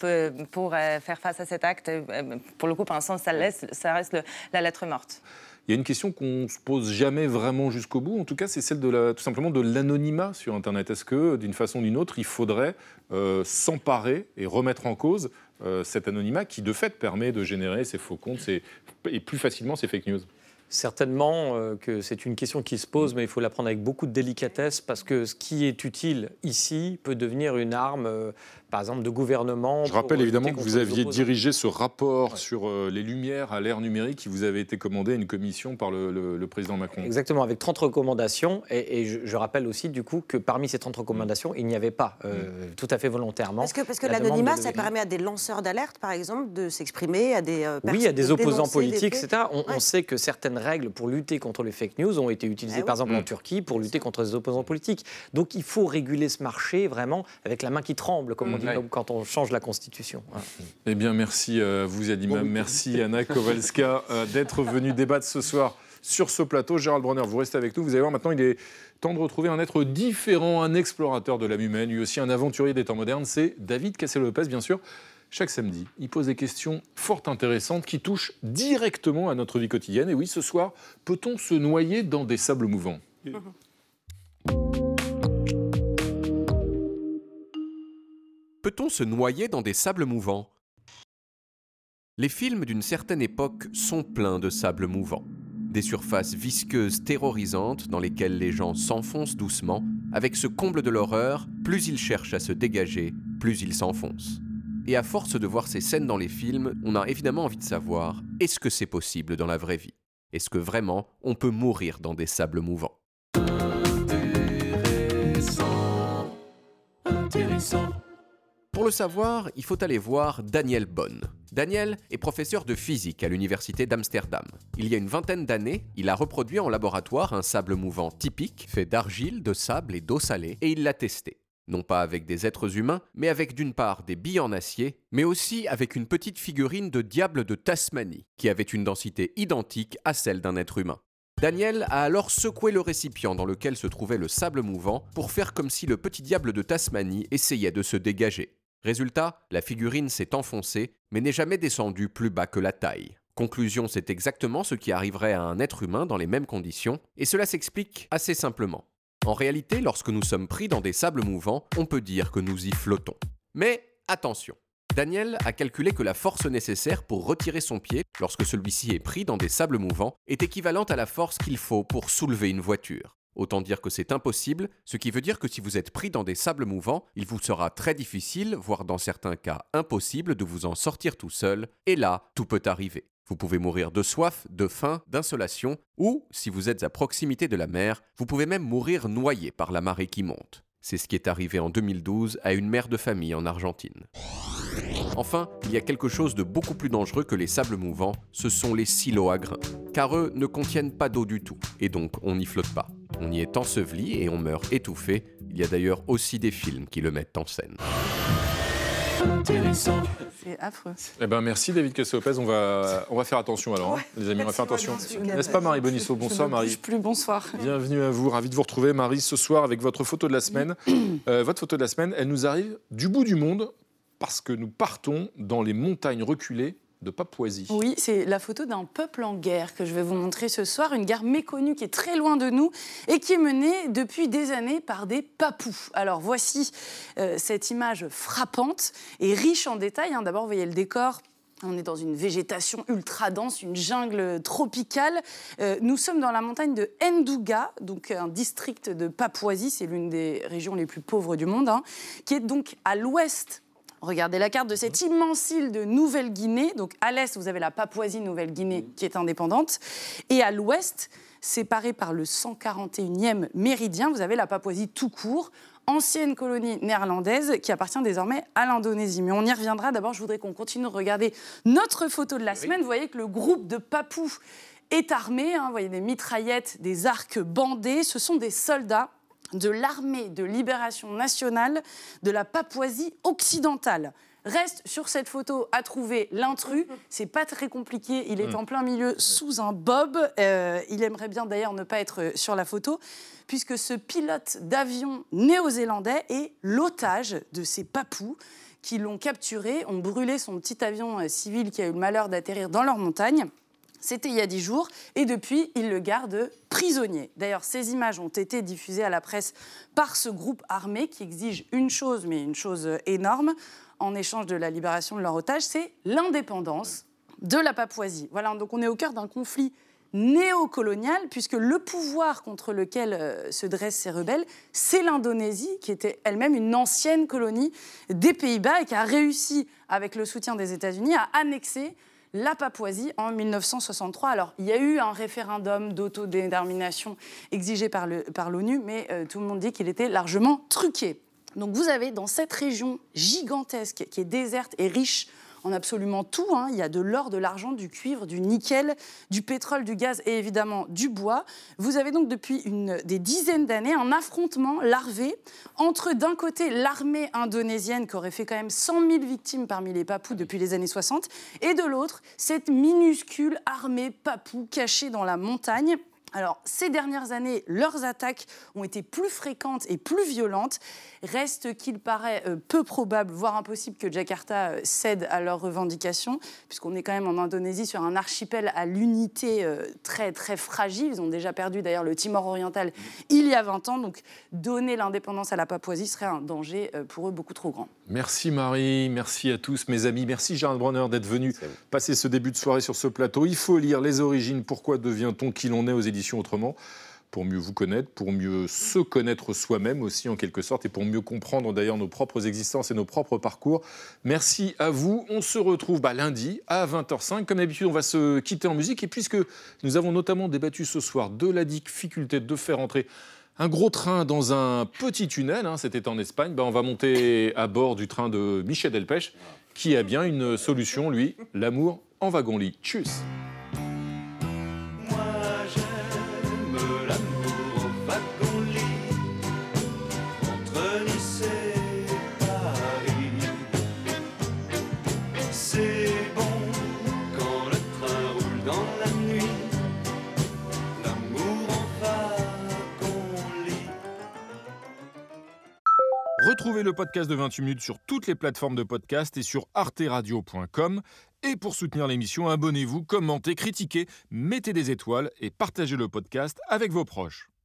pour euh, faire face à cet acte. Pour le coup, pour l'instant, ça, laisse, ça reste le, la lettre morte. Il y a une question qu'on ne se pose jamais vraiment jusqu'au bout, en tout cas, c'est celle de la, tout simplement de l'anonymat sur Internet. Est-ce que, d'une façon ou d'une autre, il faudrait euh, s'emparer et remettre en cause euh, cet anonymat qui, de fait, permet de générer ces faux comptes ces, et plus facilement ces fake news? Certainement euh, que c'est une question qui se pose, mais il faut la prendre avec beaucoup de délicatesse parce que ce qui est utile ici peut devenir une arme, euh, par exemple, de gouvernement. Je rappelle évidemment que vous aviez dirigé ce rapport ouais. sur euh, les lumières à l'ère numérique qui vous avait été commandé à une commission par le, le, le président Macron. Exactement, avec trente recommandations. Et, et je, je rappelle aussi, du coup, que parmi ces trente recommandations, il n'y avait pas, euh, mmh. tout à fait volontairement. Parce que, parce que l'anonymat, ça permet à des lanceurs d'alerte, par exemple, de s'exprimer, à des euh, oui, à des opposants politiques, des et cetera. On, ouais. on sait que certaines règles pour lutter contre les fake news ont été utilisées, ah, par oui. exemple, mmh. en Turquie, pour lutter contre les opposants politiques. Donc, il faut réguler ce marché, vraiment, avec la main qui tremble, comme mmh. on dit ouais. quand on change la Constitution. Eh bien, merci à vous, Adima. Bon, merci, Anna Kowalska, d'être venue débattre ce soir sur ce plateau. Gérald Bronner, vous restez avec nous. Vous allez voir, maintenant, il est temps de retrouver un être différent, un explorateur de l'âme humaine, lui aussi un aventurier des temps modernes. C'est David Cassel-Lopez, bien sûr. Chaque samedi, il pose des questions fort intéressantes qui touchent directement à notre vie quotidienne. Et oui, ce soir, peut-on se noyer dans des sables mouvants ? mmh. Peut-on se noyer dans des sables mouvants ? Les films d'une certaine époque sont pleins de sables mouvants. Des surfaces visqueuses terrorisantes dans lesquelles les gens s'enfoncent doucement. Avec ce comble de l'horreur, plus ils cherchent à se dégager, plus ils s'enfoncent. Et à force de voir ces scènes dans les films, on a évidemment envie de savoir, est-ce que c'est possible dans la vraie vie ? Est-ce que vraiment on peut mourir dans des sables mouvants ? Intéressant, intéressant. Pour le savoir, il faut aller voir Daniel Bonn. Daniel est professeur de physique à l'université d'Amsterdam. Il y a une vingtaine d'années, il a reproduit en laboratoire un sable mouvant typique, fait d'argile, de sable et d'eau salée, et il l'a testé. Non pas avec des êtres humains, mais avec d'une part des billes en acier, mais aussi avec une petite figurine de diable de Tasmanie, qui avait une densité identique à celle d'un être humain. Daniel a alors secoué le récipient dans lequel se trouvait le sable mouvant pour faire comme si le petit diable de Tasmanie essayait de se dégager. Résultat, la figurine s'est enfoncée, mais n'est jamais descendue plus bas que la taille. Conclusion, c'est exactement ce qui arriverait à un être humain dans les mêmes conditions, et cela s'explique assez simplement. En réalité, lorsque nous sommes pris dans des sables mouvants, on peut dire que nous y flottons. Mais attention, Daniel a calculé que la force nécessaire pour retirer son pied, lorsque celui-ci est pris dans des sables mouvants, est équivalente à la force qu'il faut pour soulever une voiture. Autant dire que c'est impossible, ce qui veut dire que si vous êtes pris dans des sables mouvants, il vous sera très difficile, voire dans certains cas impossible, de vous en sortir tout seul, et là, tout peut arriver. Vous pouvez mourir de soif, de faim, d'insolation, ou, si vous êtes à proximité de la mer, vous pouvez même mourir noyé par la marée qui monte. C'est ce qui est arrivé en deux mille douze à une mère de famille en Argentine. Enfin, il y a quelque chose de beaucoup plus dangereux que les sables mouvants, ce sont les silos à grains. Car eux ne contiennent pas d'eau du tout, et donc on n'y flotte pas. On y est enseveli et on meurt étouffé. Il y a d'ailleurs aussi des films qui le mettent en scène. C'est affreux. Eh ben merci David Cassel-Lopez, on va, on va faire attention alors, ouais, hein, les amis, on va faire attention. N'est-ce pas Marie Bonisseau? Bonsoir Marie. Plus, bonsoir. Bienvenue à vous, ravi de vous retrouver Marie ce soir avec votre photo de la semaine. euh, votre photo de la semaine, elle nous arrive du bout du monde parce que nous partons dans les montagnes reculées de Papouasie. Oui, c'est la photo d'un peuple en guerre que je vais vous montrer ce soir, une guerre méconnue qui est très loin de nous et qui est menée depuis des années par des Papous. Alors voici euh, cette image frappante et riche en détails. Hein. D'abord, vous voyez le décor. On est dans une végétation ultra dense, une jungle tropicale. Euh, nous sommes dans la montagne de Ndouga, donc un district de Papouasie, c'est l'une des régions les plus pauvres du monde, hein, qui est donc à l'ouest. Regardez la carte de cette immense île de Nouvelle-Guinée. Donc à l'est, vous avez la Papouasie-Nouvelle-Guinée qui est indépendante. Et à l'ouest, séparée par le cent quarante et unième méridien, vous avez la Papouasie tout court, ancienne colonie néerlandaise qui appartient désormais à l'Indonésie. Mais on y reviendra. D'abord, je voudrais qu'on continue de regarder notre photo de la semaine. Vous voyez que le groupe de Papous est armé. Hein. Vous voyez des mitraillettes, des arcs bandés. Ce sont des soldats de l'armée de libération nationale de la Papouasie occidentale. Reste sur cette photo à trouver l'intrus. C'est pas très compliqué. Il est en plein milieu sous un bob. Euh, il aimerait bien d'ailleurs ne pas être sur la photo, puisque ce pilote d'avion néo-zélandais est l'otage de ces Papous qui l'ont capturé, ont brûlé son petit avion civil qui a eu le malheur d'atterrir dans leur montagne. C'était il y a dix jours, et depuis, ils le gardent prisonnier. D'ailleurs, ces images ont été diffusées à la presse par ce groupe armé qui exige une chose, mais une chose énorme, en échange de la libération de leur otage, c'est l'indépendance de la Papouasie. Voilà, donc on est au cœur d'un conflit néocolonial, puisque le pouvoir contre lequel euh, se dressent ces rebelles, c'est l'Indonésie, qui était elle-même une ancienne colonie des Pays-Bas et qui a réussi, avec le soutien des États-Unis, à annexer la Papouasie en mille neuf cent soixante-trois. Alors, il y a eu un référendum d'autodétermination exigé par, le, par l'ONU, mais euh, tout le monde dit qu'il était largement truqué. Donc, vous avez dans cette région gigantesque, qui est déserte et riche en absolument tout, hein. Il y a de l'or, de l'argent, du cuivre, du nickel, du pétrole, du gaz et évidemment du bois. Vous avez donc depuis une, des dizaines d'années un affrontement larvé entre d'un côté l'armée indonésienne qui aurait fait quand même cent mille victimes parmi les Papous depuis les années soixante et de l'autre cette minuscule armée Papou cachée dans la montagne. Alors, ces dernières années, leurs attaques ont été plus fréquentes et plus violentes. Reste qu'il paraît euh, peu probable, voire impossible, que Jakarta euh, cède à leurs revendications, puisqu'on est quand même en Indonésie sur un archipel à l'unité euh, très, très fragile. Ils ont déjà perdu d'ailleurs le Timor oriental il y a vingt ans. Donc, donner l'indépendance à la Papouasie serait un danger euh, pour eux beaucoup trop grand. Merci Marie, merci à tous mes amis. Merci Gérald Bronner d'être venu passer ce début de soirée sur ce plateau. Il faut lire Les Origines, pourquoi devient-on qui l'on est aux éditions Autrement, pour mieux vous connaître, pour mieux se connaître soi-même aussi en quelque sorte et pour mieux comprendre d'ailleurs nos propres existences et nos propres parcours. Merci à vous. On se retrouve bah, lundi à vingt heures cinq. Comme d'habitude, on va se quitter en musique et puisque nous avons notamment débattu ce soir de la difficulté de faire entrer un gros train dans un petit tunnel, hein, c'était en Espagne, bah, on va monter à bord du train de Michel Delpech qui a bien une solution, lui, l'amour en wagon-lit. Tchuss. L'amour Retrouvez le podcast de vingt-huit minutes sur toutes les plateformes de podcast et sur arte radio point com. Et pour soutenir l'émission, abonnez-vous, commentez, critiquez, mettez des étoiles et partagez le podcast avec vos proches.